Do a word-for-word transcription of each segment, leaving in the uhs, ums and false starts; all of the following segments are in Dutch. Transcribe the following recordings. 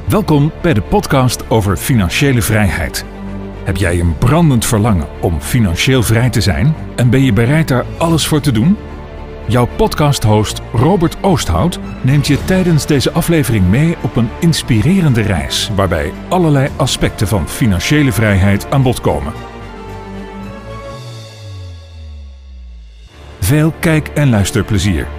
Welkom bij de podcast over financiële vrijheid. Heb jij een brandend verlangen om financieel vrij te zijn en ben je bereid daar alles voor te doen? Jouw podcast-host Robert Oosthout neemt je tijdens deze aflevering mee op een inspirerende reis waarbij allerlei aspecten van financiële vrijheid aan bod komen. Veel kijk- en luisterplezier.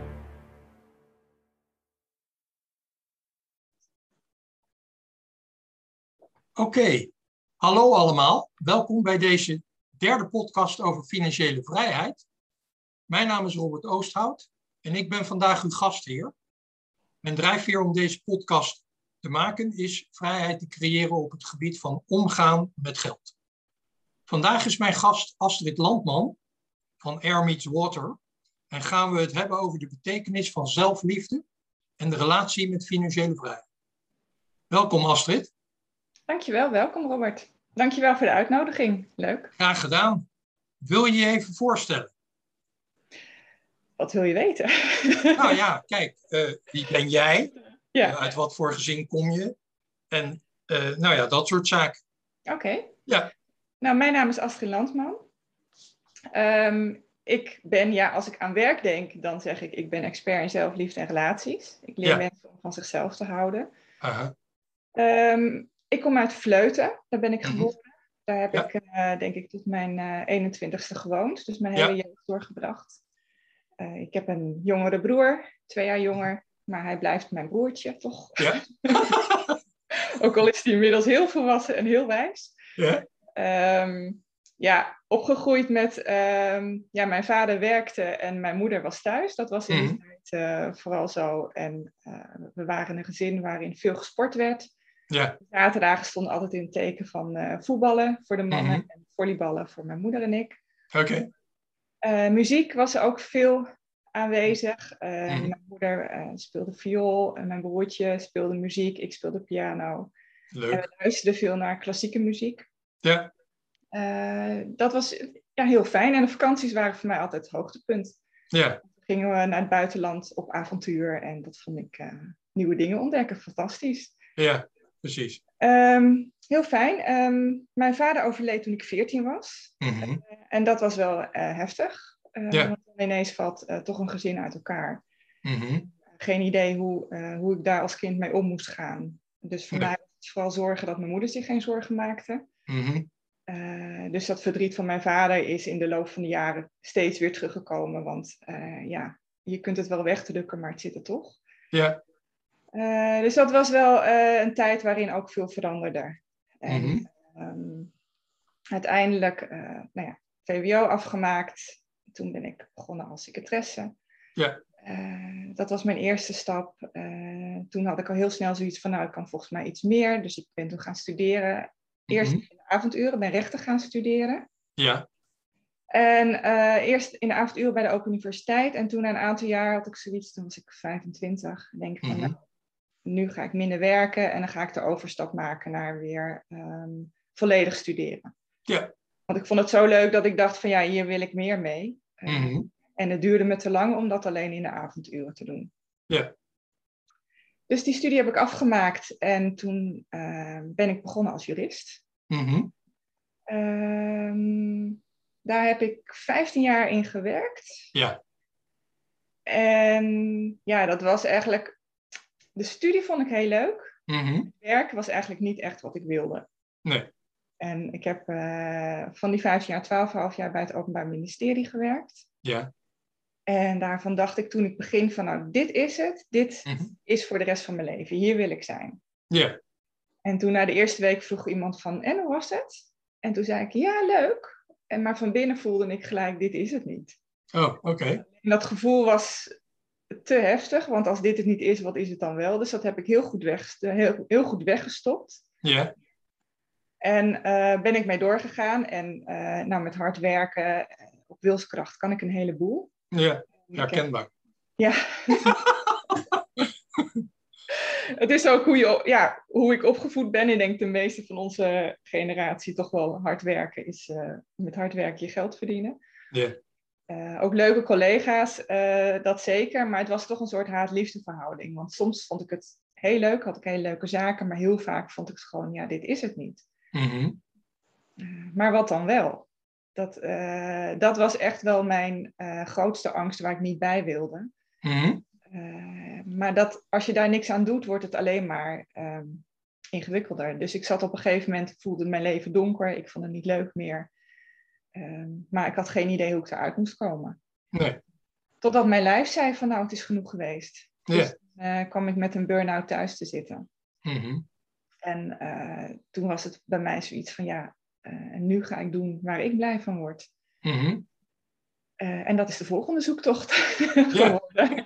Oké, okay. Hallo allemaal. Welkom bij deze derde podcast over financiële vrijheid. Mijn naam is Robert Oosthout en ik ben vandaag uw gastheer. Mijn drijfveer om deze podcast te maken is vrijheid te creëren op het gebied van omgaan met geld. Vandaag is mijn gast Astrid Landman van Air Meets Water en gaan we het hebben over de betekenis van zelfliefde en de relatie met financiële vrijheid. Welkom Astrid. Dankjewel, welkom Robert. Dankjewel voor de uitnodiging. Leuk. Graag gedaan. Wil je je even voorstellen? Wat wil je weten? Nou ja, kijk, uh, wie ben jij? Ja. Uh, uit wat voor gezin kom je? En uh, nou ja, dat soort zaken. Oké. Okay. Ja. Nou, mijn naam is Astrid Landman. Um, ik ben, ja, als ik aan werk denk, dan zeg ik, ik ben expert in zelfliefde en relaties. Ik leer ja. mensen om van zichzelf te houden. Uh-huh. Um, Ik kom uit Vleuten, daar ben ik geboren. Mm-hmm. Daar heb ja. ik, uh, denk ik, tot mijn uh, eenentwintigste gewoond. Dus mijn hele ja. jeugd doorgebracht. Uh, ik heb een jongere broer, twee jaar jonger. Maar hij blijft mijn broertje, toch? Ja. Ook al is hij inmiddels heel volwassen en heel wijs. Ja, um, ja opgegroeid met... Um, ja, mijn vader werkte en mijn moeder was thuis. Dat was in die mm-hmm. tijd uh, vooral zo. En uh, we waren een gezin waarin veel gesport werd. Ja. Zaterdagen stonden altijd in het teken van uh, voetballen voor de mannen mm-hmm. en volleyballen voor mijn moeder en ik. Oké. Okay. Uh, muziek was er ook veel aanwezig. Uh, mm-hmm. Mijn moeder uh, speelde viool en mijn broertje speelde muziek. Ik speelde piano. Leuk. En we luisterden veel naar klassieke muziek. Ja. Uh, dat was ja, heel fijn. En de vakanties waren voor mij altijd het hoogtepunt. Ja. Dan gingen we naar het buitenland op avontuur en dat vond ik uh, nieuwe dingen ontdekken. Fantastisch. Ja. Precies. Um, heel fijn. Um, mijn vader overleed toen ik veertien was. Mm-hmm. Uh, en dat was wel uh, heftig. Uh, ja. Want ineens valt uh, toch een gezin uit elkaar. Mm-hmm. Uh, geen idee hoe, uh, hoe ik daar als kind mee om moest gaan. Dus voor ja. mij was het vooral zorgen dat mijn moeder zich geen zorgen maakte. Mm-hmm. Uh, dus dat verdriet van mijn vader is in de loop van de jaren steeds weer teruggekomen. Want uh, ja, je kunt het wel wegdrukken, maar het zit er toch. Ja. Uh, dus dat was wel uh, een tijd waarin ook veel veranderde. En mm-hmm. um, uiteindelijk uh, nou ja, V W O afgemaakt. Toen ben ik begonnen als secretaresse. Ja. Uh, dat was mijn eerste stap. Uh, toen had ik al heel snel zoiets van, nou, ik kan volgens mij iets meer. Dus ik ben toen gaan studeren. Eerst mm-hmm. in de avonduren, ben rechten gaan studeren. Ja. En uh, eerst in de avonduren bij de Open Universiteit. En toen na een aantal jaar had ik zoiets, toen was ik vijfentwintig. Denk ik van, mm-hmm. nou, nu ga ik minder werken en dan ga ik de overstap maken naar weer um, volledig studeren. Ja. Want ik vond het zo leuk dat ik dacht van ja, hier wil ik meer mee. Uh, mm-hmm. En het duurde me te lang om dat alleen in de avonduren te doen. Ja. Dus die studie heb ik afgemaakt en toen uh, ben ik begonnen als jurist. Mm-hmm. Um, daar heb ik vijftien jaar in gewerkt. Ja. En ja, dat was eigenlijk... De studie vond ik heel leuk. Mm-hmm. Het werk was eigenlijk niet echt wat ik wilde. Nee. En ik heb uh, van die vijftien jaar, twaalf komma vijf jaar bij het Openbaar Ministerie gewerkt. Ja. En daarvan dacht ik toen ik begin van, nou, dit is het. Dit mm-hmm. is voor de rest van mijn leven. Hier wil ik zijn. Ja. En toen na de eerste week vroeg iemand van, en hoe was het? En toen zei ik, ja, leuk. En maar van binnen voelde ik gelijk, dit is het niet. Oh, oké. Okay. En dat gevoel was te heftig, want als dit het niet is, wat is het dan wel? Dus dat heb ik heel goed, weg, heel, heel goed weggestopt. Ja. En uh, ben ik mee doorgegaan. En uh, nou, met hard werken, op wilskracht, kan ik een heleboel. Ja, herkenbaar. Ja. Het is ook hoe, je, ja, hoe ik opgevoed ben. Ik denk de meeste van onze generatie toch wel hard werken is uh, met hard werken je geld verdienen. Ja. Uh, ook leuke collega's, uh, dat zeker. Maar het was toch een soort haat-liefde verhouding. Want soms vond ik het heel leuk, had ik hele leuke zaken, maar heel vaak vond ik het gewoon, ja, dit is het niet. Mm-hmm. Uh, maar wat dan wel? Dat, uh, dat was echt wel mijn uh, grootste angst waar ik niet bij wilde. Mm-hmm. Uh, maar dat, als je daar niks aan doet, wordt het alleen maar um, ingewikkelder. Dus ik zat op een gegeven moment, voelde mijn leven donker, ik vond het niet leuk meer. Um, maar ik had geen idee hoe ik eruit moest komen. Nee. Totdat mijn lijf zei van nou, het is genoeg geweest. Ja. Dus uh, kwam ik met een burn-out thuis te zitten. Mm-hmm. En uh, toen was het bij mij zoiets van ja, uh, nu ga ik doen waar ik blij van word. Mm-hmm. Uh, en dat is de volgende zoektocht Ja. geworden.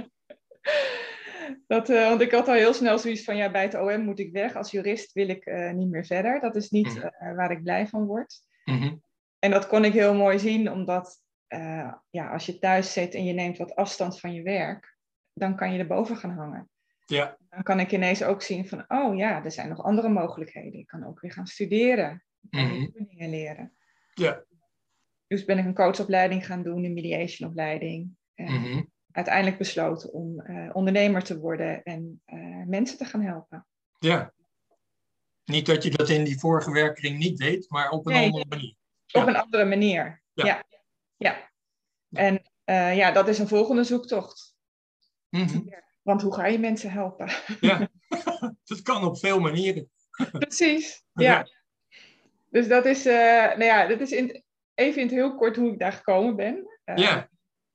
dat, uh, want ik had al heel snel zoiets van ja, bij het O M moet ik weg. Als jurist wil ik uh, niet meer verder. Dat is niet uh, waar ik blij van word. Mm-hmm. En dat kon ik heel mooi zien, omdat uh, ja, als je thuis zit en je neemt wat afstand van je werk, dan kan je erboven gaan hangen. Ja. Dan kan ik ineens ook zien van, oh ja, er zijn nog andere mogelijkheden. Ik kan ook weer gaan studeren. Ik kan Mm-hmm. nieuwe dingen leren. Ja. Dus ben ik een coachopleiding gaan doen, een mediationopleiding. En Mm-hmm. uiteindelijk besloten om uh, ondernemer te worden en uh, mensen te gaan helpen. Ja. Niet dat je dat in die vorige werkkring niet deed, maar op een nee, andere manier. Op Ja. een andere manier, ja. ja. ja. En uh, ja, dat is een volgende zoektocht. Mm-hmm. Ja. Want hoe ga je mensen helpen? Ja, dat kan op veel manieren. Precies, ja. ja. Dus dat is, uh, nou ja, dat is in, even in het heel kort hoe ik daar gekomen ben. Uh, ja.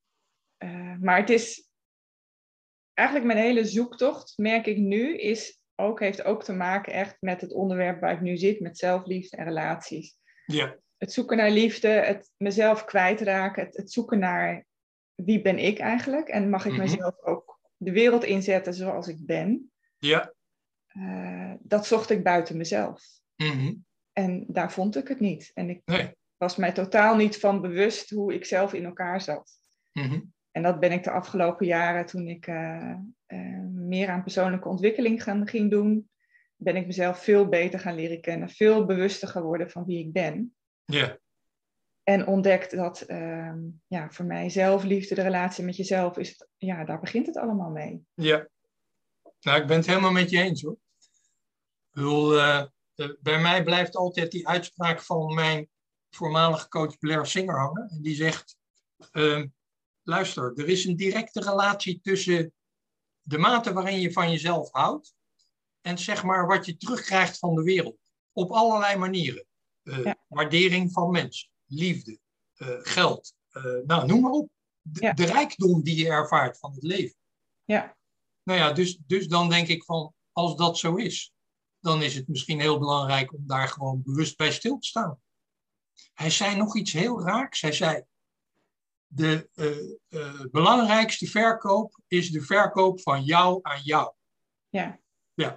Uh, maar het is eigenlijk mijn hele zoektocht, merk ik nu, is ook, heeft ook te maken echt met het onderwerp waar ik nu zit, met zelfliefde en relaties. Ja. Het zoeken naar liefde, het mezelf kwijtraken, het, het zoeken naar wie ben ik eigenlijk en mag ik mm-hmm. mezelf ook de wereld inzetten zoals ik ben. Ja. Uh, dat zocht ik buiten mezelf. Mm-hmm. En daar vond ik het niet. En ik nee. was mij totaal niet van bewust hoe ik zelf in elkaar zat. Mm-hmm. En dat ben ik de afgelopen jaren, toen ik uh, uh, meer aan persoonlijke ontwikkeling gaan, ging doen, ben ik mezelf veel beter gaan leren kennen, veel bewuster geworden van wie ik ben. Ja. En ontdekt dat uh, ja, voor mij zelfliefde, de relatie met jezelf, is het, ja, daar begint het allemaal mee. Ja. Nou, ik ben het helemaal met je eens hoor. Ik bedoel, uh, uh, bij mij blijft altijd die uitspraak van mijn voormalige coach Blair Singer hangen. En die zegt, uh, luister, er is een directe relatie tussen de mate waarin je van jezelf houdt en zeg maar wat je terugkrijgt van de wereld. Op allerlei manieren. Uh, ja. Waardering van mensen, liefde, uh, geld, uh, nou noem maar op. De, ja. de rijkdom die je ervaart van het leven. Ja. Nou ja, dus, dus dan denk ik van, als dat zo is, dan is het misschien heel belangrijk om daar gewoon bewust bij stil te staan. Hij zei nog iets heel raaks. Hij zei, de uh, uh, belangrijkste verkoop is de verkoop van jou aan jou. Ja. Ja.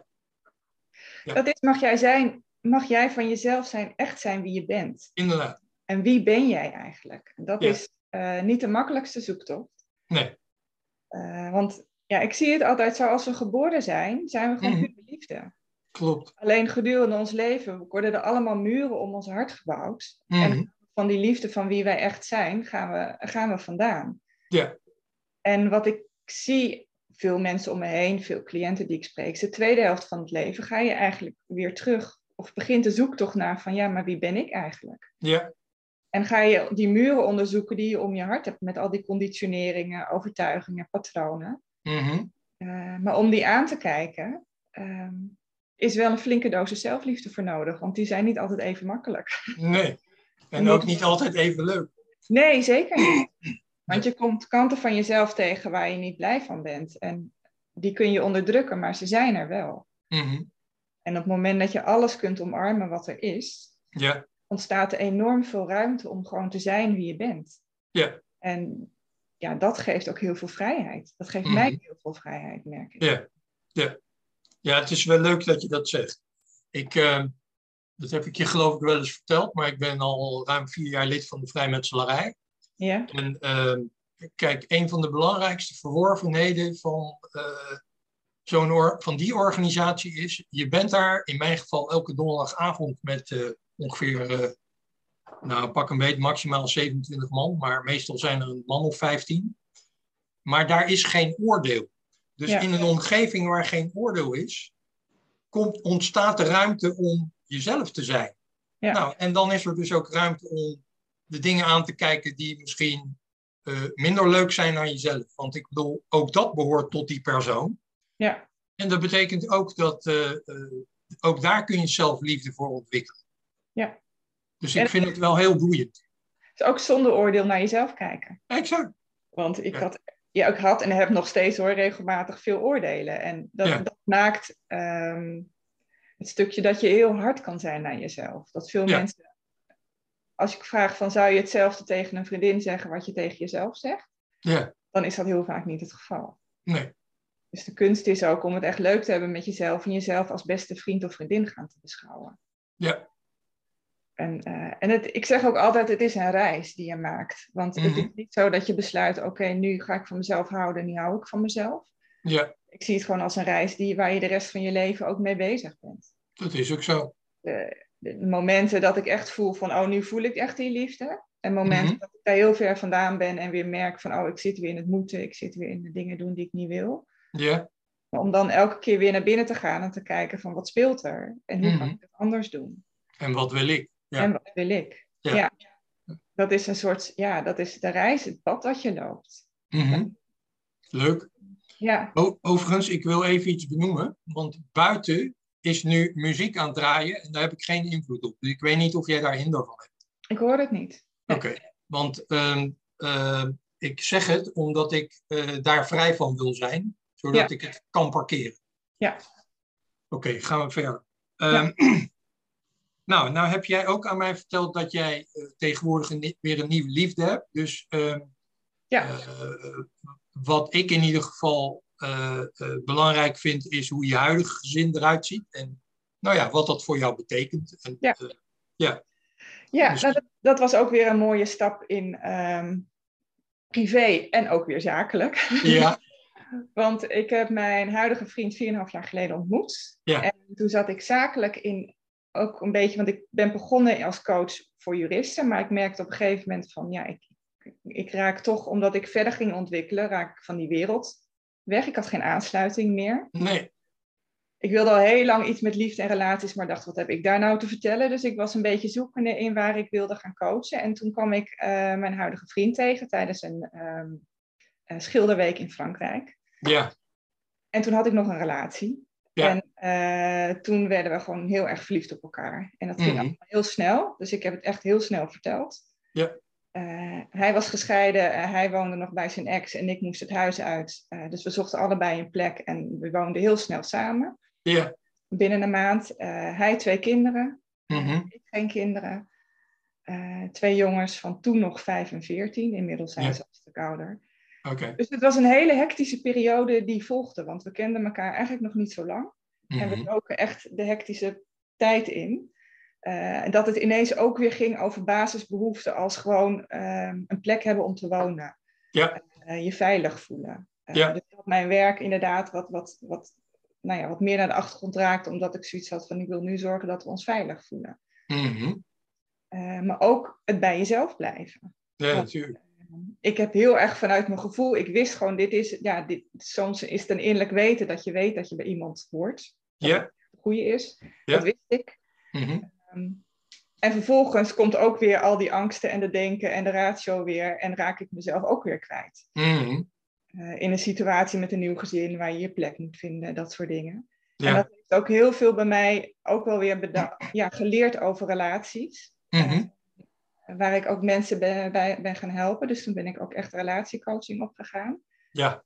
ja. Dat is, mag jij zijn, mag jij van jezelf zijn, echt zijn wie je bent. Inderdaad. En wie ben jij eigenlijk? Dat ja. is uh, niet de makkelijkste zoektocht. Nee. Uh, want ja, ik zie het altijd zo, als we geboren zijn, zijn we gewoon mm. puur liefde. Klopt. Alleen gedurende ons leven worden er allemaal muren om ons hart gebouwd. Mm. En van die liefde van wie wij echt zijn, gaan we, gaan we vandaan. Ja. En wat ik zie, veel mensen om me heen, veel cliënten die ik spreek, de tweede helft van het leven ga je eigenlijk weer terug. Of begint de zoektocht naar van, ja, maar wie ben ik eigenlijk? Ja. En ga je die muren onderzoeken die je om je hart hebt, met al die conditioneringen, overtuigingen, patronen. Mm-hmm. Uh, maar om die aan te kijken, um, is wel een flinke dosis zelfliefde voor nodig, want die zijn niet altijd even makkelijk. Nee, en, en ook dat... niet altijd even leuk. Nee, zeker niet. Want je komt kanten van jezelf tegen waar je niet blij van bent. En die kun je onderdrukken, maar ze zijn er wel. Mm-hmm. En op het moment dat je alles kunt omarmen wat er is, ja. ontstaat er enorm veel ruimte om gewoon te zijn wie je bent. Ja. En ja, dat geeft ook heel veel vrijheid. Dat geeft mm-hmm. mij heel veel vrijheid, merk ik. Ja. Ja. Ja, het is wel leuk dat je dat zegt. Ik, uh, dat heb ik je geloof ik wel eens verteld, maar ik ben al ruim vier jaar lid van de vrijmetselarij. Ja. En uh, kijk, een van de belangrijkste verworvenheden van, uh, zo'n or- van die organisatie is, je bent daar in mijn geval elke donderdagavond met uh, ongeveer, uh, nou pak een beetje maximaal zevenentwintig man, maar meestal zijn er een man of vijftien. Maar daar is geen oordeel. Dus Ja. in een omgeving waar geen oordeel is, komt, ontstaat de ruimte om jezelf te zijn. Ja. Nou, en dan is er dus ook ruimte om de dingen aan te kijken die misschien uh, minder leuk zijn aan jezelf. Want ik bedoel, ook dat behoort tot die persoon. Ja. En dat betekent ook dat uh, uh, ook daar kun je zelfliefde voor ontwikkelen. Ja. Dus ik en vind het wel heel boeiend. Het is ook zonder oordeel naar jezelf kijken. Exact. Want ik ja. had, ja, ik had en heb nog steeds hoor, regelmatig veel oordelen. En dat, ja. dat maakt um, het stukje dat je heel hard kan zijn naar jezelf. Dat veel ja. mensen, als ik vraag van zou je hetzelfde tegen een vriendin zeggen wat je tegen jezelf zegt? Ja. Dan is dat heel vaak niet het geval. Nee. Dus de kunst is ook om het echt leuk te hebben met jezelf en jezelf als beste vriend of vriendin gaan te beschouwen. Ja. En, uh, en het, ik zeg ook altijd, het is een reis die je maakt. Want mm-hmm. het is niet zo dat je besluit, oké, okay, nu ga ik van mezelf houden en nu hou ik van mezelf. Ja. Ik zie het gewoon als een reis die, waar je de rest van je leven ook mee bezig bent. Dat is ook zo. De, de momenten dat ik echt voel van, oh, nu voel ik echt die liefde. En momenten mm-hmm. dat ik daar heel ver vandaan ben en weer merk van, oh, ik zit weer in het moeten. Ik zit weer in de dingen doen die ik niet wil. Ja. Maar om dan elke keer weer naar binnen te gaan en te kijken van, wat speelt er? En hoe mm-hmm. kan ik het anders doen? En wat wil ik? Ja. En wat wil ik? Ja. ja. Dat is een soort, ja, dat is de reis, het pad dat je loopt. Mm-hmm. Leuk. Ja. O, overigens, ik wil even iets benoemen. Want buiten is nu muziek aan het draaien en daar heb ik geen invloed op. Dus ik weet niet of jij daar hinder van hebt. Ik hoor het niet. Oké, okay. Want uh, uh, ik zeg het omdat ik uh, daar vrij van wil zijn. Zodat ja. ik het kan parkeren. Ja. Oké, okay, gaan we verder. Um, ja. Nou, nou heb jij ook aan mij verteld dat jij uh, tegenwoordig een, weer een nieuwe liefde hebt. Dus uh, ja. uh, wat ik in ieder geval uh, uh, belangrijk vind, is hoe je huidige gezin eruit ziet. En nou ja, wat dat voor jou betekent. En, ja, uh, ja. ja dus, nou, dat, dat was ook weer een mooie stap in um, privé en ook weer zakelijk. Ja. Want ik heb mijn huidige vriend vier en een half jaar geleden ontmoet. Ja. En toen zat ik zakelijk in... Ook een beetje, want ik ben begonnen als coach voor juristen, maar ik merkte op een gegeven moment van, ja, ik, ik raak toch, omdat ik verder ging ontwikkelen, raak ik van die wereld weg. Ik had geen aansluiting meer. Nee. Ik wilde al heel lang iets met liefde en relaties, maar dacht, wat heb ik daar nou te vertellen? Dus ik was een beetje zoekende in waar ik wilde gaan coachen. En toen kwam ik uh, mijn huidige vriend tegen tijdens een um, uh, schilderweek in Frankrijk. Ja. En toen had ik nog een relatie. Ja. En uh, toen werden we gewoon heel erg verliefd op elkaar. En dat ging mm-hmm. allemaal heel snel. Dus ik heb het echt heel snel verteld. Ja. Uh, hij was gescheiden. Uh, hij woonde nog bij zijn ex. En ik moest het huis uit. Uh, dus we zochten allebei een plek. En we woonden heel snel samen. Ja. Binnen een maand. Uh, hij twee kinderen. Mm-hmm. Ik geen kinderen. Uh, twee jongens van toen nog vijf en veertien. Inmiddels zijn ja. ze al een stuk ouder. Okay. Dus het was een hele hectische periode die volgde, want we kenden elkaar eigenlijk nog niet zo lang. Mm-hmm. En we doken echt de hectische tijd in. Uh, en dat het ineens ook weer ging over basisbehoeften als gewoon uh, een plek hebben om te wonen. Ja. Uh, je veilig voelen. Uh, ja. Dus dat mijn werk inderdaad wat, wat, wat, nou ja, wat meer naar de achtergrond raakte, omdat ik zoiets had van ik wil nu zorgen dat we ons veilig voelen. Mm-hmm. Uh, maar ook het bij jezelf blijven. Ja, want, natuurlijk. Ik heb heel erg vanuit mijn gevoel, ik wist gewoon, dit is, ja, dit, soms is het een innerlijk weten dat je weet dat je bij iemand hoort. Dat ja. het de goede is. Ja. Dat wist ik. Mm-hmm. Um, en vervolgens komt ook weer al die angsten en de denken en de ratio weer. En raak ik mezelf ook weer kwijt. Mm-hmm. Uh, in een situatie met een nieuw gezin waar je je plek moet vinden, dat soort dingen. Ja. En dat heeft ook heel veel bij mij ook wel weer beda- ja, geleerd over relaties. Mm-hmm. Uh, Waar ik ook mensen ben, bij ben gaan helpen. Dus toen ben ik ook echt relatiecoaching opgegaan. Ja.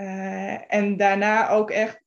Uh, en daarna ook echt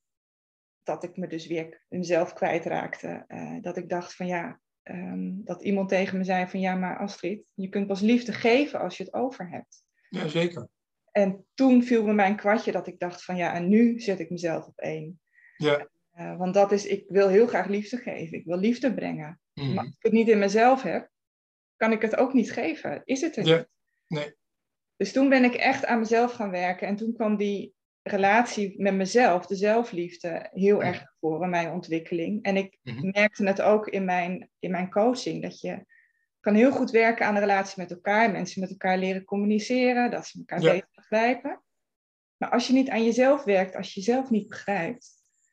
dat ik me dus weer mezelf kwijtraakte. Uh, dat ik dacht van ja, um, dat iemand tegen me zei van ja, maar Astrid, je kunt pas liefde geven als je het over hebt. Ja, zeker. En toen viel me mijn kwartje dat ik dacht van ja, en nu zet ik mezelf op één. Ja. Uh, want dat is, ik wil heel graag liefde geven. Ik wil liefde brengen. Mm-hmm. Maar als ik het niet in mezelf heb, kan ik het ook niet geven. Is het er ja. niet? Nee. Dus toen ben ik echt aan mezelf gaan werken. En toen kwam die relatie met mezelf, de zelfliefde, heel ja. erg naar voren, mijn ontwikkeling. En ik mm-hmm. merkte het ook in mijn, in mijn coaching. Dat je kan heel goed werken aan de relatie met elkaar. Mensen met elkaar leren communiceren. Dat ze elkaar ja. beter begrijpen. Maar als je niet aan jezelf werkt, als je jezelf niet begrijpt,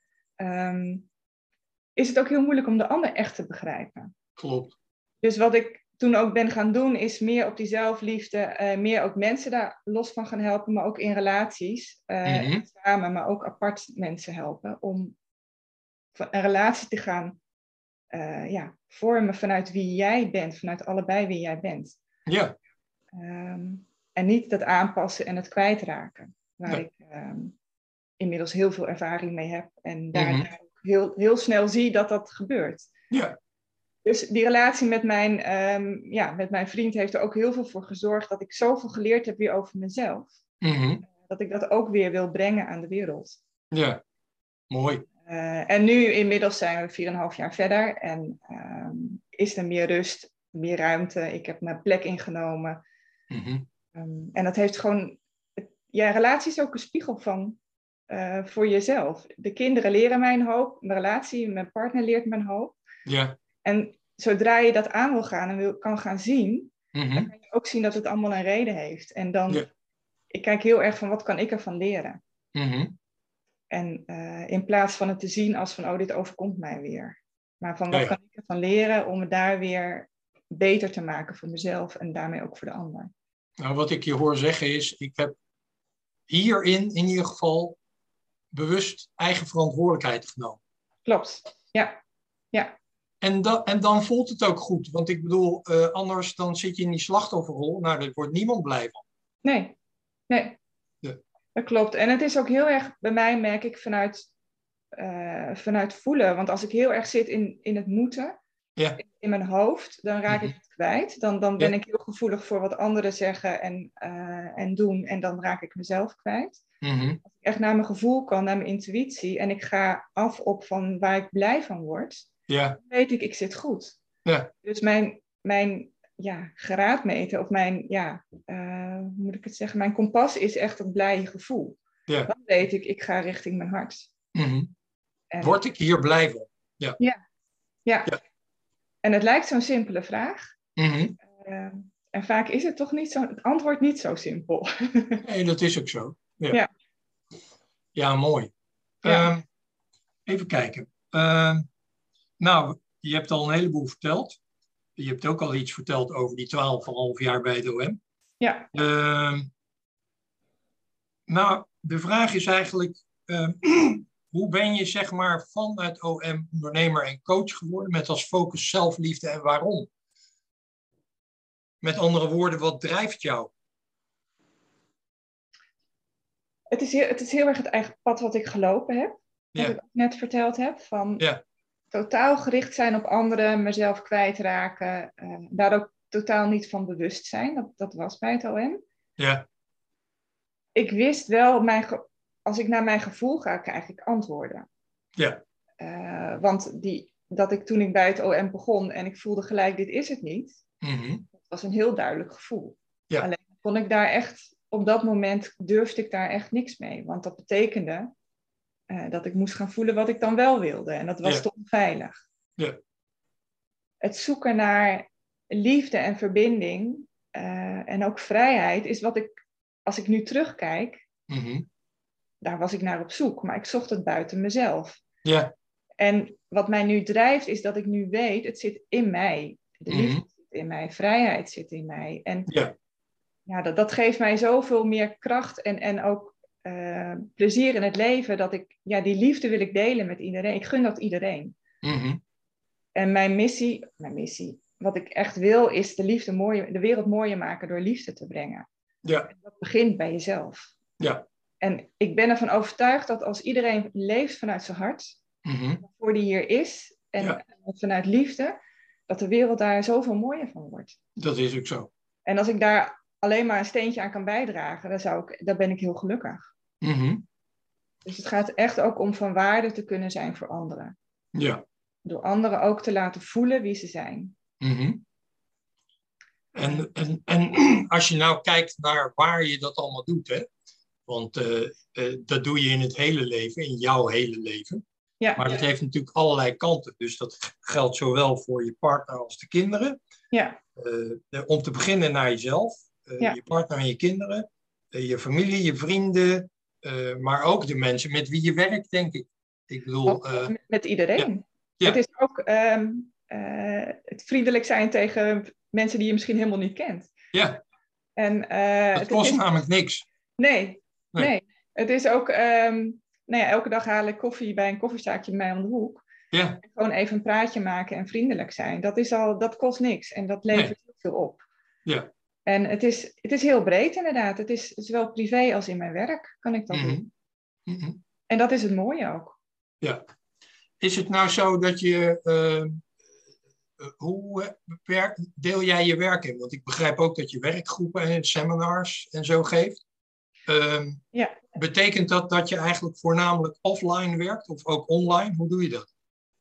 um, is het ook heel moeilijk om de ander echt te begrijpen. Klopt. Dus wat ik toen ook ben gaan doen, is meer op die zelfliefde, uh, meer ook mensen daar los van gaan helpen, maar ook in relaties, uh, mm-hmm. samen, maar ook apart mensen helpen, om een relatie te gaan uh, ja, vormen vanuit wie jij bent, vanuit allebei wie jij bent. Ja. Um, en niet dat aanpassen en het kwijtraken, waar ja. ik um, inmiddels heel veel ervaring mee heb en daar mm-hmm. ook heel, heel snel zie dat dat gebeurt. Ja. Dus die relatie met mijn, um, ja, met mijn vriend heeft er ook heel veel voor gezorgd dat ik zoveel geleerd heb weer over mezelf. Mm-hmm. Dat ik dat ook weer wil brengen aan de wereld. Ja, mooi. Uh, en nu inmiddels zijn we vier en een half jaar verder en um, is er meer rust, meer ruimte. Ik heb mijn plek ingenomen. Mm-hmm. Um, en dat heeft gewoon... Ja, relatie is ook een spiegel van uh, voor jezelf. De kinderen leren mij een hoop. Mijn relatie, mijn partner leert me een hoop. Ja. En zodra je dat aan wil gaan en wil, kan gaan zien, mm-hmm. dan kan je ook zien dat het allemaal een reden heeft. En dan, ja. ik kijk heel erg van wat kan ik ervan leren. Mm-hmm. En uh, in plaats van het te zien als van, oh, dit overkomt mij weer. Maar van, wat ja, ja. kan ik ervan leren om het daar weer beter te maken voor mezelf en daarmee ook voor de ander. Nou, wat ik je hoor zeggen is, ik heb hierin in ieder geval bewust eigen verantwoordelijkheid genomen. Klopt, ja. ja. En, da- en dan voelt het ook goed. Want ik bedoel, uh, anders dan zit je in die slachtofferrol. Nou, daar wordt niemand blij van. Nee, nee. Ja. Dat klopt. En het is ook heel erg, bij mij merk ik, vanuit, uh, vanuit voelen. Want als ik heel erg zit in, in het moeten, ja. in, in mijn hoofd, dan raak mm-hmm. ik het kwijt. Dan, dan ben ja. ik heel gevoelig voor wat anderen zeggen en, uh, en doen. En dan raak ik mezelf kwijt. Mm-hmm. Als ik echt naar mijn gevoel kan, naar mijn intuïtie, en ik ga af op van waar ik blij van word, ja. dan weet ik, ik zit goed. Ja. Dus mijn, mijn ja, graadmeter, of mijn, ja, uh, hoe moet ik het zeggen, mijn kompas is echt dat blije gevoel. Ja. Dan weet ik, ik ga richting mijn hart. Mm-hmm. En... Word ik hier blij van? Ja. Ja. ja. ja. En het lijkt zo'n simpele vraag. Mm-hmm. Uh, en vaak is het toch niet zo, het antwoord niet zo simpel. Nee, dat is ook zo. Ja, ja. ja mooi. Ja. Uh, even kijken. Uh, nou, je hebt al een heleboel verteld. Je hebt ook al iets verteld over die twaalf komma vijf jaar bij het O M. Ja. Uh, nou, de vraag is eigenlijk... Uh, hoe ben je, zeg maar, van het O M ondernemer en coach geworden met als focus zelfliefde en waarom? Met andere woorden, wat drijft jou? Het is, heel, het is heel erg het eigen pad wat ik gelopen heb. Wat ja. ik net verteld heb. Van ja. totaal gericht zijn op anderen, mezelf kwijtraken. Uh, daar ook totaal niet van bewust zijn. Dat, dat was bij het O M. Ja. Ik wist wel, mijn ge- als ik naar mijn gevoel ga, krijg ik antwoorden. Ja. Uh, want die, dat ik toen ik bij het O M begon en ik voelde gelijk, dit is het niet. Mm-hmm. Dat was een heel duidelijk gevoel. Ja. Alleen kon ik daar echt, op dat moment durfde ik daar echt niks mee. Want dat betekende uh, dat ik moest gaan voelen wat ik dan wel wilde. En dat was ja. te onveilig. Ja. Het zoeken naar liefde en verbinding uh, en ook vrijheid is wat ik, als ik nu terugkijk, mm-hmm. daar was ik naar op zoek. Maar ik zocht het buiten mezelf. Ja. En wat mij nu drijft is dat ik nu weet, het zit in mij. De liefde mm-hmm. zit in mij, vrijheid zit in mij. En ja. Ja, dat, dat geeft mij zoveel meer kracht en, en ook uh, plezier in het leven. Dat ik, ja, die liefde wil ik delen met iedereen. Ik gun dat iedereen. Mm-hmm. En mijn missie, mijn missie, wat ik echt wil, is de liefde mooier, de wereld mooier maken door liefde te brengen. Ja. En dat begint bij jezelf. Ja. En ik ben ervan overtuigd dat als iedereen leeft vanuit zijn hart, mm-hmm. waarvoor die hier is, en ja. vanuit liefde, dat de wereld daar zoveel mooier van wordt. Dat is ook zo. En als ik daar alleen maar een steentje aan kan bijdragen, dan, zou ik, dan ben ik heel gelukkig. Mm-hmm. Dus het gaat echt ook om van waarde te kunnen zijn voor anderen. Ja. Door anderen ook te laten voelen wie ze zijn. Mm-hmm. En, en, en als je nou kijkt naar waar je dat allemaal doet, hè? Want uh, uh, dat doe je in het hele leven, in jouw hele leven. Ja. Maar dat heeft natuurlijk allerlei kanten. Dus dat geldt zowel voor je partner als de kinderen. Ja. Uh, de, om te beginnen naar jezelf, uh, ja. je partner en je kinderen, uh, je familie, je vrienden, uh, maar ook de mensen met wie je werkt, denk ik. Ik bedoel... Uh, met, met iedereen. Ja. Ja. Het is ook um, uh, het vriendelijk zijn tegen mensen die je misschien helemaal niet kent. Ja, en, uh, dat kost het is... namelijk niks. Nee, nee. nee. Het is ook... Um, nou ja, elke dag haal ik koffie bij een koffiezaakje bij mij om de hoek. Ja. En gewoon even een praatje maken en vriendelijk zijn. Dat, is al, dat kost niks en dat levert nee. heel veel op. Ja. En het is, het is heel breed inderdaad. Het is zowel privé als in mijn werk kan ik dat mm-hmm. doen. Mm-hmm. En dat is het mooie ook. Ja. Is het nou zo dat je... Uh, hoe uh, deel jij je werk in? Want ik begrijp ook dat je werkgroepen en seminars en zo geeft. Um, ja. Betekent dat dat je eigenlijk voornamelijk offline werkt of ook online? Hoe doe je dat?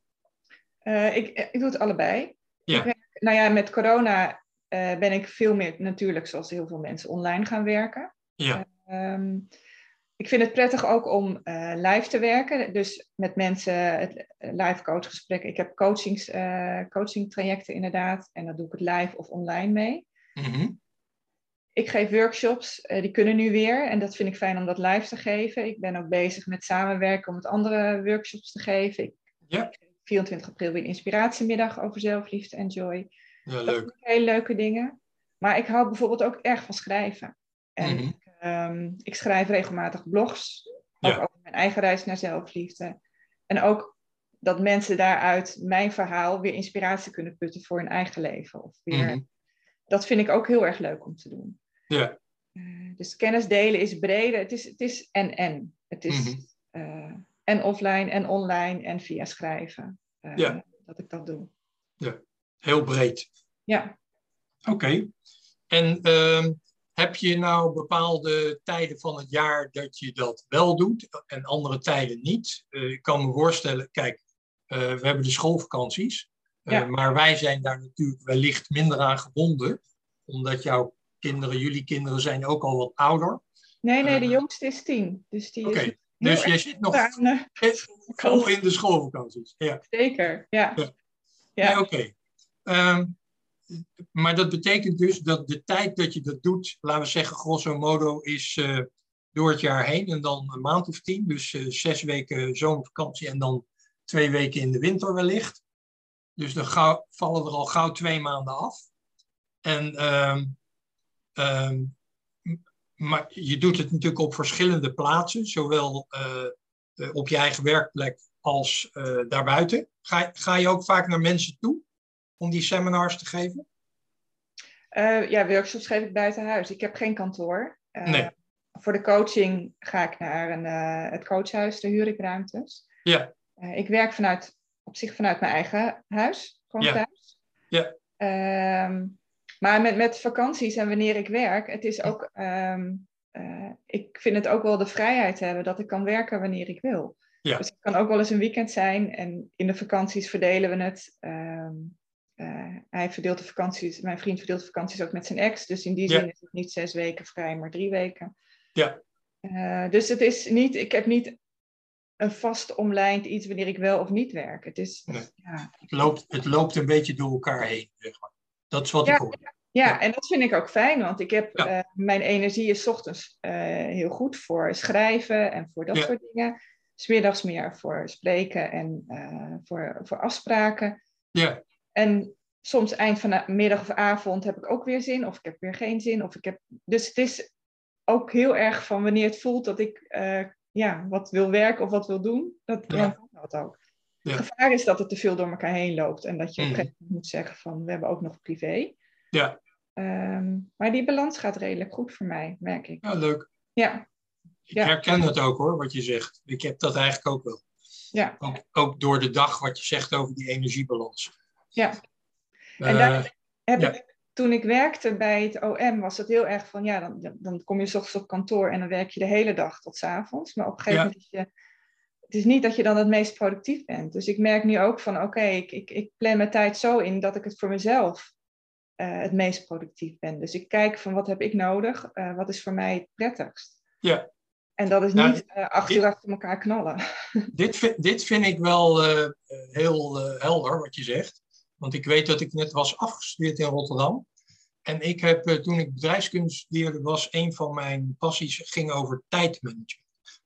Uh, ik, ik doe het allebei. Ja. Ik werk, nou ja, met corona uh, ben ik veel meer natuurlijk, zoals heel veel mensen, online gaan werken. Ja. Uh, um, ik vind het prettig ook om uh, live te werken. Dus met mensen, het live coachgesprekken. Ik heb coachings, uh, coaching trajecten inderdaad. En dan doe ik het live of online mee. Mm-hmm. Ik geef workshops, uh, die kunnen nu weer. En dat vind ik fijn om dat live te geven. Ik ben ook bezig met samenwerken om het andere workshops te geven. Ik, ja. ik geef vierentwintig april weer een inspiratiemiddag over zelfliefde en joy. Ja, leuk. Dat zijn hele leuke dingen. Maar ik hou bijvoorbeeld ook erg van schrijven. En mm-hmm. ik, um, ik schrijf regelmatig blogs. Ook ja. over mijn eigen reis naar zelfliefde. En ook dat mensen daaruit mijn verhaal weer inspiratie kunnen putten voor hun eigen leven. Of weer, mm-hmm. Dat vind ik ook heel erg leuk om te doen. Ja. Uh, dus kennis delen is breder. Het is, het is en en. Het is mm-hmm. uh, en offline en online en via schrijven. Uh, ja. Dat ik dat doe. Ja, heel breed. Ja. Oké. Okay. En uh, heb je nou bepaalde tijden van het jaar dat je dat wel doet en andere tijden niet? Uh, ik kan me voorstellen, kijk, uh, we hebben de schoolvakanties. Uh, ja. Maar wij zijn daar natuurlijk wellicht minder aan gebonden. Omdat jouw kinderen, jullie kinderen zijn ook al wat ouder. Nee, nee, de uh, jongste is tien. Dus die Oké, okay. dus jij zit nog aan, uh, vol in de schoolvakanties. Ja. Zeker, ja. ja. ja. Nee, oké. Okay. Um, maar dat betekent dus dat de tijd dat je dat doet, laten we zeggen, grosso modo, is uh, door het jaar heen. En dan een maand of tien. Dus uh, zes weken zomervakantie en dan twee weken in de winter wellicht. Dus dan gauw, vallen er al gauw twee maanden af. En, um, um, maar je doet het natuurlijk op verschillende plaatsen. Zowel uh, uh, op je eigen werkplek als uh, daarbuiten. Ga, ga je ook vaak naar mensen toe om die seminars te geven? Uh, ja, workshops geef ik buiten huis. Ik heb geen kantoor. Uh, nee. Voor de coaching ga ik naar een, uh, het coachhuis. Daar huur ik ruimtes. Ja. Uh, ik werk vanuit, op zich vanuit mijn eigen huis. Gewoon ja. thuis. Ja. Um, maar met, met vakanties en wanneer ik werk, het is ook, um, uh, ik vind het ook wel de vrijheid hebben dat ik kan werken wanneer ik wil. Ja. Dus het kan ook wel eens een weekend zijn en in de vakanties verdelen we het. Um, uh, hij verdeelt de vakanties, mijn vriend verdeelt de vakanties ook met zijn ex, dus in die zin ja. is het niet zes weken vrij, maar drie weken. Ja. Uh, dus het is niet, ik heb niet een vast omlijnd iets wanneer ik wel of niet werk. Het is, nee. ja, het, loopt, het loopt een beetje door elkaar heen, zeg maar. Dat is wat ja, ik hoor. Ja, ja, en dat vind ik ook fijn, want ik heb, ja. uh, mijn energie is 's ochtends uh, heel goed voor schrijven en voor dat ja. soort dingen. 's middags meer voor spreken en uh, voor, voor afspraken. Ja. En soms eind van de middag of avond heb ik ook weer zin, of ik heb weer geen zin. Of ik heb... Dus het is ook heel erg van wanneer het voelt dat ik uh, ja, wat wil werken of wat wil doen. Dat ja. dat ook. Ja. Het gevaar is dat het te veel door elkaar heen loopt en dat je mm. op een gegeven moment moet zeggen van we hebben ook nog privé. Ja. Um, maar die balans gaat redelijk goed voor mij, merk ik. Ja, leuk. Ja. Ik ja. herken het ook hoor, wat je zegt. Ik heb dat eigenlijk ook wel. Ja. Ook, ook door de dag wat je zegt over die energiebalans. Ja. En uh, daar heb ja. ik, toen ik werkte bij het O M, was het heel erg van, ja, dan, dan kom je 's ochtends op kantoor en dan werk je de hele dag tot 's avonds. Maar op een gegeven ja. moment is je, het is niet dat je dan het meest productief bent. Dus ik merk nu ook van, oké, okay, ik, ik, ik plan mijn tijd zo in dat ik het voor mezelf uh, het meest productief ben. Dus ik kijk van, wat heb ik nodig? Uh, wat is voor mij het prettigst? Ja. En dat is nou, niet uh, acht uur achter elkaar knallen. Dit vind, dit vind ik wel uh, heel uh, helder, wat je zegt. Want ik weet dat ik net was afgestudeerd in Rotterdam. En ik heb, uh, toen ik bedrijfskunde studeerde, was een van mijn passies ging over tijdmanagement.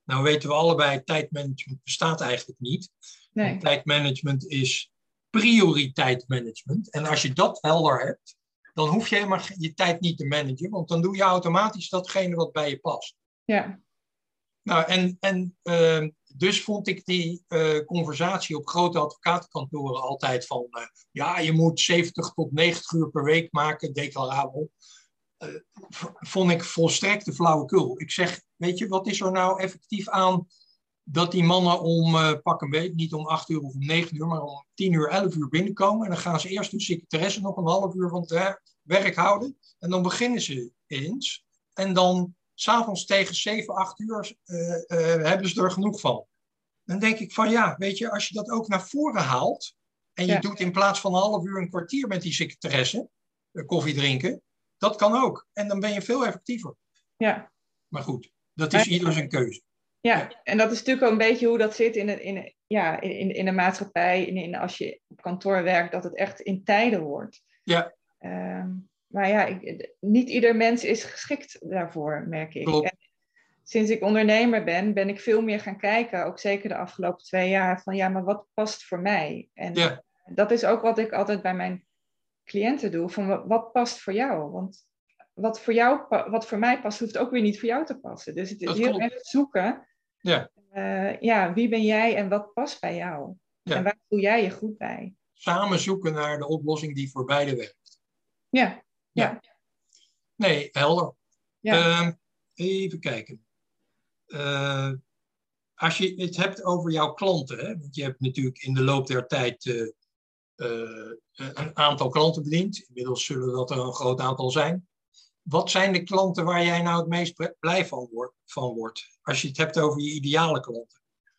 Nou weten we allebei, tijdmanagement bestaat eigenlijk niet. Nee. Want tijdmanagement is prioriteitsmanagement. En als je dat helder hebt, dan hoef je helemaal je tijd niet te managen, want dan doe je automatisch datgene wat bij je past. Ja. Nou, en, en uh, dus vond ik die uh, conversatie op grote advocatenkantoren altijd van, uh, ja, je moet zeventig tot negentig uur per week maken, declarabel. Uh, vond ik volstrekt de flauwekul. Ik zeg, weet je, wat is er nou effectief aan dat die mannen om uh, pak een beet, niet om acht uur of om negen uur, maar om tien uur, elf uur binnenkomen. En dan gaan ze eerst hun secretaresse nog een half uur van het uh, werk houden. En dan beginnen ze eens. En dan 's avonds tegen zeven, acht uur uh, uh, hebben ze er genoeg van. Dan denk ik van ja, weet je, als je dat ook naar voren haalt. En je ja. doet in plaats van een half uur een kwartier met die secretaresse, uh, koffie drinken. Dat kan ook. En dan ben je veel effectiever. Ja. Maar goed, dat is ieder zijn keuze. Ja, ja, en dat is natuurlijk ook een beetje hoe dat zit in de, in, ja, in, in de maatschappij. In, in, als je op kantoor werkt, dat het echt in tijden wordt. Ja. Um, maar ja, ik, niet ieder mens is geschikt daarvoor, merk ik. Klopt. En sinds ik ondernemer ben, ben ik veel meer gaan kijken, ook zeker de afgelopen twee jaar, van ja, maar wat past voor mij? En ja. dat is ook wat ik altijd bij mijn cliënten doe, van wat past voor jou? Want wat voor jou, wat voor mij past, hoeft ook weer niet voor jou te passen. Dus het is dat heel klopt. Erg zoeken. Ja. Uh, ja, wie ben jij en wat past bij jou? Ja. En waar voel jij je goed bij? Samen zoeken naar de oplossing die voor beide werkt. Ja. Ja. ja. Nee, helder. Ja. Uh, even kijken. Uh, als je het hebt over jouw klanten, hè, want je hebt natuurlijk in de loop der tijd uh, uh, een aantal klanten bediend. Inmiddels zullen dat er een groot aantal zijn. Wat zijn de klanten waar jij nou het meest blij van wordt, van wordt? Als je het hebt over je ideale klanten.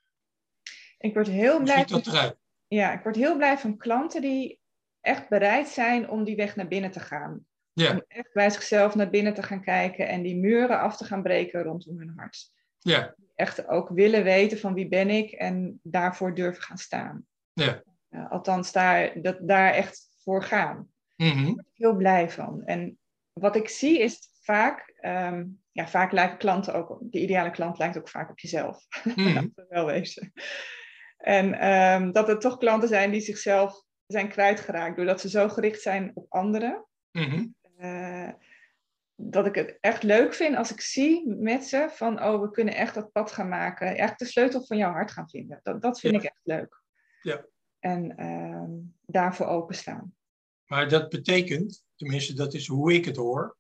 Ik word heel Hoe blij. ziet dat eruit? Ja, ik word heel blij van klanten die echt bereid zijn om die weg naar binnen te gaan. Ja. Om echt bij zichzelf naar binnen te gaan kijken en die muren af te gaan breken rondom hun hart. Ja. Echt ook willen weten van wie ben ik en daarvoor durven gaan staan. Ja. Uh, althans, daar, dat, daar echt voor gaan. Mm-hmm. Daar word ik heel blij van. En wat ik zie is vaak, um, ja, vaak lijken klanten ook, de ideale klant lijkt ook vaak op jezelf. Mm-hmm. Dat moet wel wezen. En um, dat er toch klanten zijn die zichzelf zijn kwijtgeraakt doordat ze zo gericht zijn op anderen. Mm-hmm. Uh, dat ik het echt leuk vind als ik zie met ze van, oh, we kunnen echt dat pad gaan maken. Echt de sleutel van jouw hart gaan vinden. Dat, dat vind ja. ik echt leuk. Ja. En um, daarvoor openstaan. Maar dat betekent, tenminste dat is hoe ik het hoor,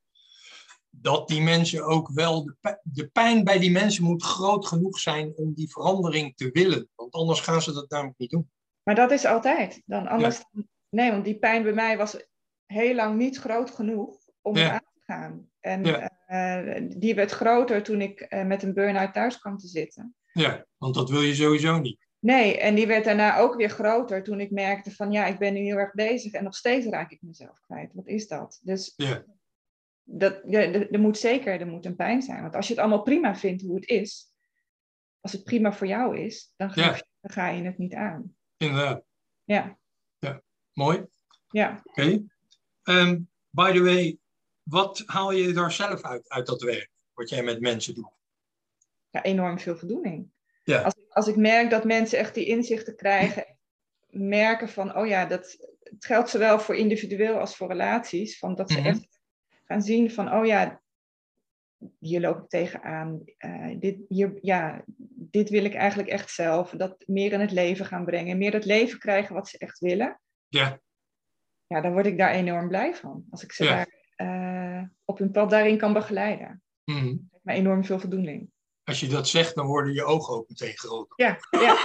dat die mensen ook wel, de, p- de pijn bij die mensen moet groot genoeg zijn om die verandering te willen. Want anders gaan ze dat namelijk niet doen. Maar dat is altijd. Dan anders, ja. Nee, want die pijn bij mij was heel lang niet groot genoeg om ja. het aan te gaan. En ja. uh, die werd groter toen ik uh, met een burn-out thuis kwam te zitten. Ja, want dat wil je sowieso niet. Nee, en die werd daarna ook weer groter toen ik merkte van ja, ik ben nu heel erg bezig en nog steeds raak ik mezelf kwijt. Wat is dat? Dus ja. dat, ja, er moet zeker er moet een pijn zijn. Want als je het allemaal prima vindt hoe het is, als het prima voor jou is, dan ga, ja. je, dan ga je het niet aan. Inderdaad. Ja. Ja, mooi. Ja. Oké. Okay. Um, by the way, wat haal je daar zelf uit, uit dat werk, wat jij met mensen doet? Ja, enorm veel voldoening. Ja. Als, als ik merk dat mensen echt die inzichten krijgen, merken van, oh ja, dat, het geldt zowel voor individueel als voor relaties, van dat ze mm-hmm. echt gaan zien van, oh ja, hier loop ik tegenaan, uh, dit, hier, ja, dit wil ik eigenlijk echt zelf, dat meer in het leven gaan brengen, meer het leven krijgen wat ze echt willen. Ja. Ja, dan word ik daar enorm blij van, als ik ze ja. daar uh, op hun pad daarin kan begeleiden. Mm-hmm. Dat geeft me enorm veel voldoening. Als je dat zegt, dan worden je ogen ook meteen groter. Ja, ja.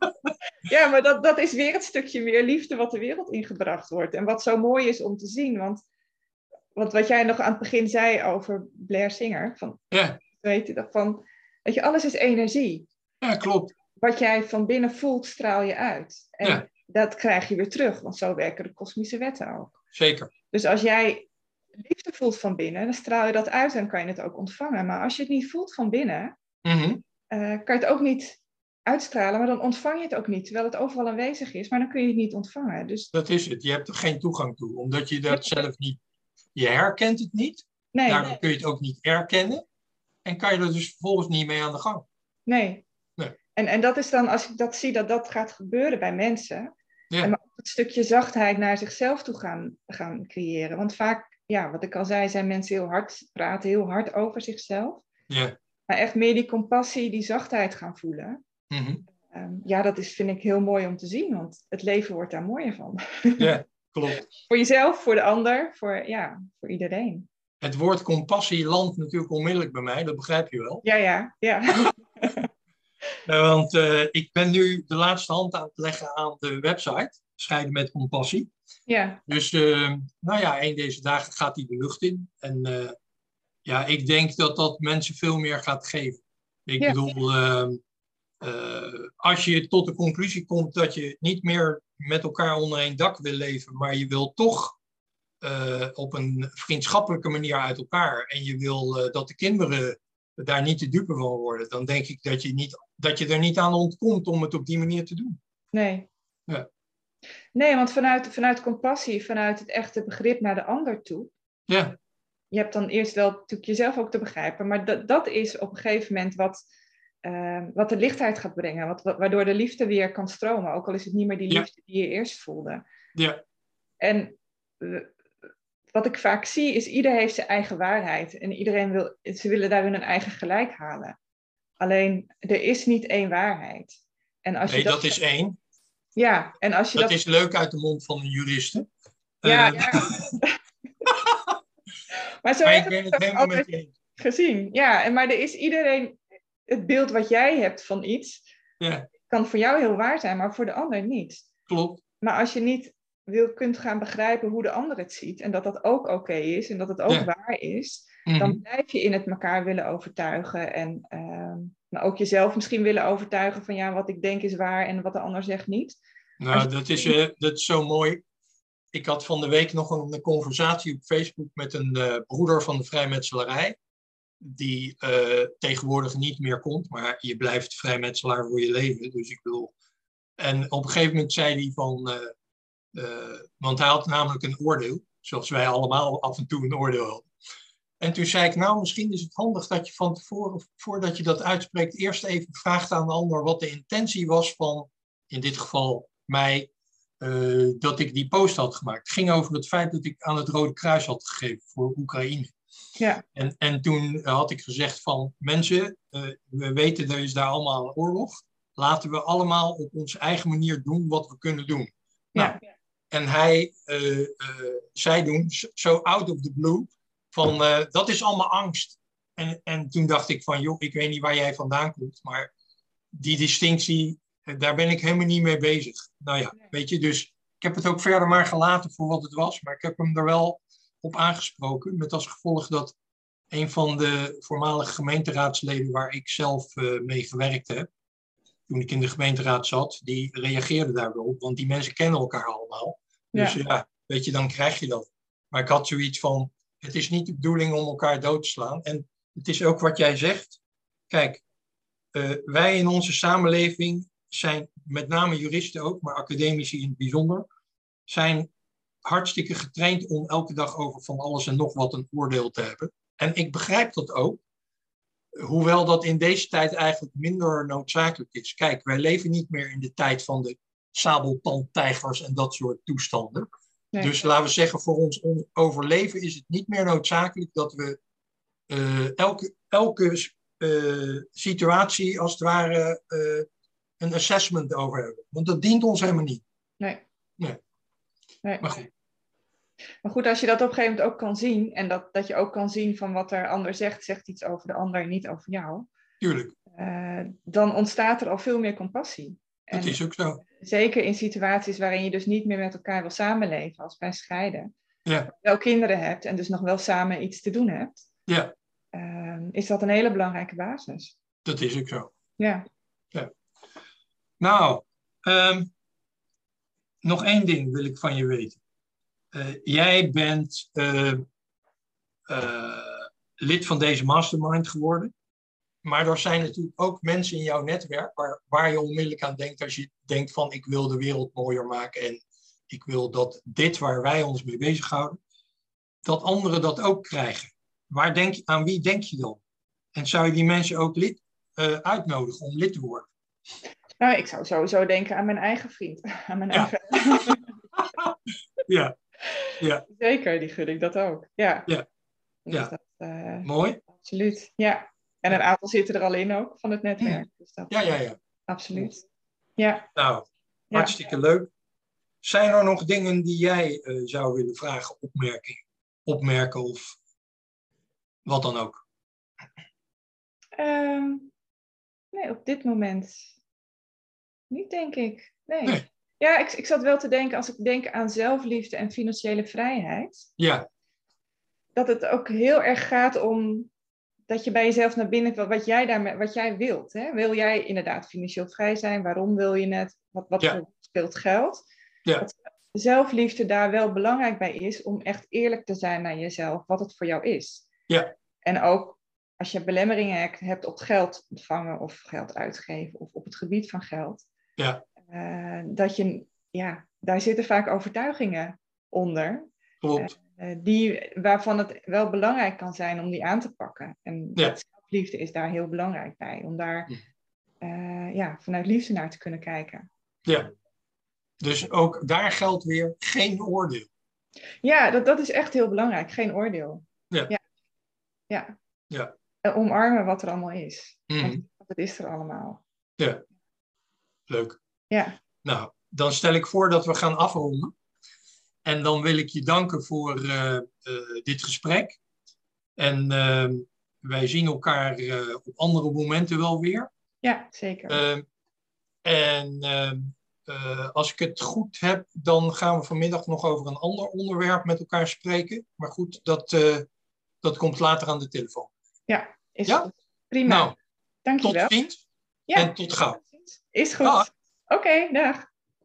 ja maar dat, dat is weer het stukje meer liefde wat de wereld ingebracht wordt. En wat zo mooi is om te zien. Want, want wat jij nog aan het begin zei over Blair Singer. Van, ja. weet je, dat van, weet je, alles is energie. Ja, klopt. Wat jij van binnen voelt, straal je uit. En ja. dat krijg je weer terug. Want zo werken de kosmische wetten ook. Zeker. Dus als jij liefde voelt van binnen, dan straal je dat uit en kan je het ook ontvangen. Maar als je het niet voelt van binnen... Mm-hmm. Uh, kan je het ook niet uitstralen, maar dan ontvang je het ook niet, terwijl het overal aanwezig is, maar dan kun je het niet ontvangen. Dus... Dat is het, je hebt er geen toegang toe, omdat je dat zelf niet, je herkent het niet, nee, daardoor nee. kun je het ook niet erkennen en kan je er dus vervolgens niet mee aan de gang. Nee. nee. En, en dat is dan, als ik dat zie, dat dat gaat gebeuren bij mensen. Ja. En maar ook het stukje zachtheid naar zichzelf toe gaan, gaan creëren. Want vaak, ja, wat ik al zei, zijn mensen heel hard, praten heel hard over zichzelf. Ja. Maar echt meer die compassie, die zachtheid gaan voelen. Mm-hmm. Um, ja, dat is, vind ik heel mooi om te zien. Want het leven wordt daar mooier van. Ja, klopt. Voor jezelf, voor de ander, voor, ja, voor iedereen. Het woord compassie landt natuurlijk onmiddellijk bij mij, dat begrijp je wel. Ja, ja, ja. uh, want uh, ik ben nu de laatste hand aan het leggen aan de website, Scheiden met Compassie. Ja. Dus, uh, nou ja, een deze dagen gaat die de lucht in. En uh, ja, ik denk dat dat mensen veel meer gaat geven. Ik ja. bedoel, uh, uh, als je tot de conclusie komt dat je niet meer met elkaar onder één dak wil leven, maar je wil toch Uh, op een vriendschappelijke manier uit elkaar en je wil uh, dat de kinderen daar niet te dupe van worden, dan denk ik dat je, niet, dat je er niet aan ontkomt om het op die manier te doen. Nee. Ja. Nee, want vanuit, vanuit compassie, vanuit het echte begrip naar de ander toe. Ja. Je hebt dan eerst wel natuurlijk jezelf ook te begrijpen, maar dat, dat is op een gegeven moment wat, uh, wat de lichtheid gaat brengen, wat, wat, waardoor de liefde weer kan stromen, ook al is het niet meer die liefde ja. die je eerst voelde. Ja. En uh, wat ik vaak zie is, ieder heeft zijn eigen waarheid. En iedereen wil, ze willen daarin hun eigen gelijk halen. Alleen, er is niet één waarheid. En als nee, je dat, dat is één. Ja, en als je dat... dat is leuk uit de mond van een juriste. Ja, uh... ja. maar zo maar heb ik ben ik het helemaal met je eens. Gezien. Ja, en, maar er is iedereen... Het beeld wat jij hebt van iets... Ja. kan voor jou heel waar zijn, maar voor de ander niet. Klopt. Maar als je niet... wil kunt gaan begrijpen hoe de ander het ziet en dat dat ook oké okay is en dat het ook ja. waar is, mm-hmm. dan blijf je in het elkaar willen overtuigen en uh, maar ook jezelf misschien willen overtuigen van ja, wat ik denk is waar en wat de ander zegt niet. Nou, je... dat, is, uh, dat is zo mooi. Ik had van de week nog een, een conversatie op Facebook met een uh, broeder van de vrijmetselarij, die uh, tegenwoordig niet meer komt, maar je blijft vrijmetselaar voor je leven, dus ik bedoel. En op een gegeven moment zei hij van... Uh, Uh, want hij had namelijk een oordeel, zoals wij allemaal af en toe een oordeel hadden. En toen zei ik, nou, misschien is het handig dat je van tevoren, voordat je dat uitspreekt, eerst even vraagt aan de ander wat de intentie was van, in dit geval mij, uh, dat ik die post had gemaakt. Het ging over het feit dat ik aan het Rode Kruis had gegeven voor Oekraïne. Ja. En, en toen had ik gezegd van, mensen, uh, we weten er is daar allemaal een oorlog. Laten we allemaal op onze eigen manier doen wat we kunnen doen. Nou, ja. En hij uh, uh, zei toen, zo out of the blue, van uh, dat is allemaal angst. En, en toen dacht ik van, joh, ik weet niet waar jij vandaan komt, maar die distinctie, daar ben ik helemaal niet mee bezig. Nou ja, weet je, dus ik heb het ook verder maar gelaten voor wat het was, maar ik heb hem er wel op aangesproken, met als gevolg dat een van de voormalige gemeenteraadsleden waar ik zelf uh, mee gewerkt heb, toen ik in de gemeenteraad zat, die reageerde daar wel op, want die mensen kennen elkaar allemaal. Dus ja. ja, weet je, dan krijg je dat. Maar ik had zoiets van, het is niet de bedoeling om elkaar dood te slaan. En het is ook wat jij zegt. Kijk, uh, wij in onze samenleving zijn, met name juristen ook, maar academici in het bijzonder, zijn hartstikke getraind om elke dag over van alles en nog wat een oordeel te hebben. En ik begrijp dat ook. Hoewel dat in deze tijd eigenlijk minder noodzakelijk is. Kijk, wij leven niet meer in de tijd van de sabeltandtijgers en dat soort toestanden. Nee. Dus laten we zeggen, voor ons overleven is het niet meer noodzakelijk dat we uh, elke, elke uh, situatie als het ware uh, een assessment over hebben. Want dat dient ons helemaal niet. Nee. Nee. nee. Maar goed. Maar goed, als je dat op een gegeven moment ook kan zien, en dat, dat je ook kan zien van wat de ander zegt, zegt iets over de ander en niet over jou. Tuurlijk. Uh, dan ontstaat er al veel meer compassie. Dat en is ook zo. Zeker in situaties waarin je dus niet meer met elkaar wil samenleven, als bij scheiden. Ja. Wel kinderen hebt en dus nog wel samen iets te doen hebt. Ja. Uh, is dat een hele belangrijke basis. Dat is ook zo. Ja. ja. Nou, um, nog één ding wil ik van je weten. Uh, jij bent uh, uh, lid van deze mastermind geworden. Maar er zijn natuurlijk ook mensen in jouw netwerk waar, waar je onmiddellijk aan denkt als je denkt van ik wil de wereld mooier maken en ik wil dat dit waar wij ons mee bezighouden, dat anderen dat ook krijgen. Waar denk je, aan wie denk je dan? En zou je die mensen ook lid uh, uitnodigen om lid te worden? Nou, ik zou sowieso denken aan mijn eigen vriend. Aan mijn ja. eigen... ja. ja. Zeker, die gun ik dat ook. Ja. ja. Dus ja. Dat, uh, Mooi. Absoluut, ja. En een aantal zitten er al in ook, van het netwerk. Mm. Dus dat, ja, ja, ja. Absoluut. Ja. Nou, hartstikke ja. leuk. Zijn er nog dingen die jij uh, zou willen vragen, opmerkingen, opmerken of wat dan ook? Um, nee, op dit moment niet, denk ik. Nee. nee. Ja, ik, ik zat wel te denken, als ik denk aan zelfliefde en financiële vrijheid. Ja. Dat het ook heel erg gaat om dat je bij jezelf naar binnen, wat jij, daarmee, wat jij wilt. Hè? Wil jij inderdaad financieel vrij zijn? Waarom wil je het? Wat, wat ja. voor speelt geld? Ja. Dat zelfliefde daar wel belangrijk bij is om echt eerlijk te zijn naar jezelf, wat het voor jou is. Ja. En ook als je belemmeringen hebt op geld ontvangen of geld uitgeven of op het gebied van geld. Ja. Uh, dat je, ja, daar zitten vaak overtuigingen onder. Klopt. Uh, die, waarvan het wel belangrijk kan zijn om die aan te pakken. En ja. zelfliefde is daar heel belangrijk bij. Om daar uh, ja, vanuit liefde naar te kunnen kijken. Ja. Dus ook daar geldt weer geen oordeel. Ja, dat, dat is echt heel belangrijk. Geen oordeel. Ja. Ja. ja. ja. En omarmen wat er allemaal is. Mm. Want het is er allemaal. Ja. Leuk. Ja. Nou, dan stel ik voor dat we gaan afronden. En dan wil ik je danken voor uh, uh, dit gesprek. En uh, wij zien elkaar uh, op andere momenten wel weer. Ja, zeker. Uh, en uh, uh, als ik het goed heb, dan gaan we vanmiddag nog over een ander onderwerp met elkaar spreken. Maar goed, dat, uh, dat komt later aan de telefoon. Ja, is ja? goed. Prima. Nou, dank je wel. Tot ziens ja. en tot gauw. Is goed. Dag. Oké, okay, dag.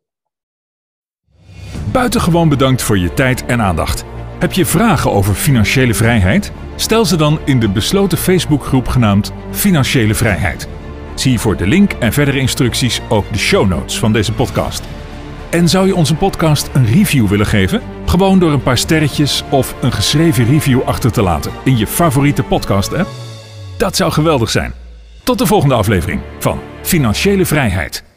Buitengewoon bedankt voor je tijd en aandacht. Heb je vragen over financiële vrijheid? Stel ze dan in de besloten Facebookgroep genaamd Financiële Vrijheid. Zie voor de link en verdere instructies ook de show notes van deze podcast. En zou je onze podcast een review willen geven? Gewoon door een paar sterretjes of een geschreven review achter te laten in je favoriete podcast-app? Dat zou geweldig zijn. Tot de volgende aflevering van Financiële Vrijheid.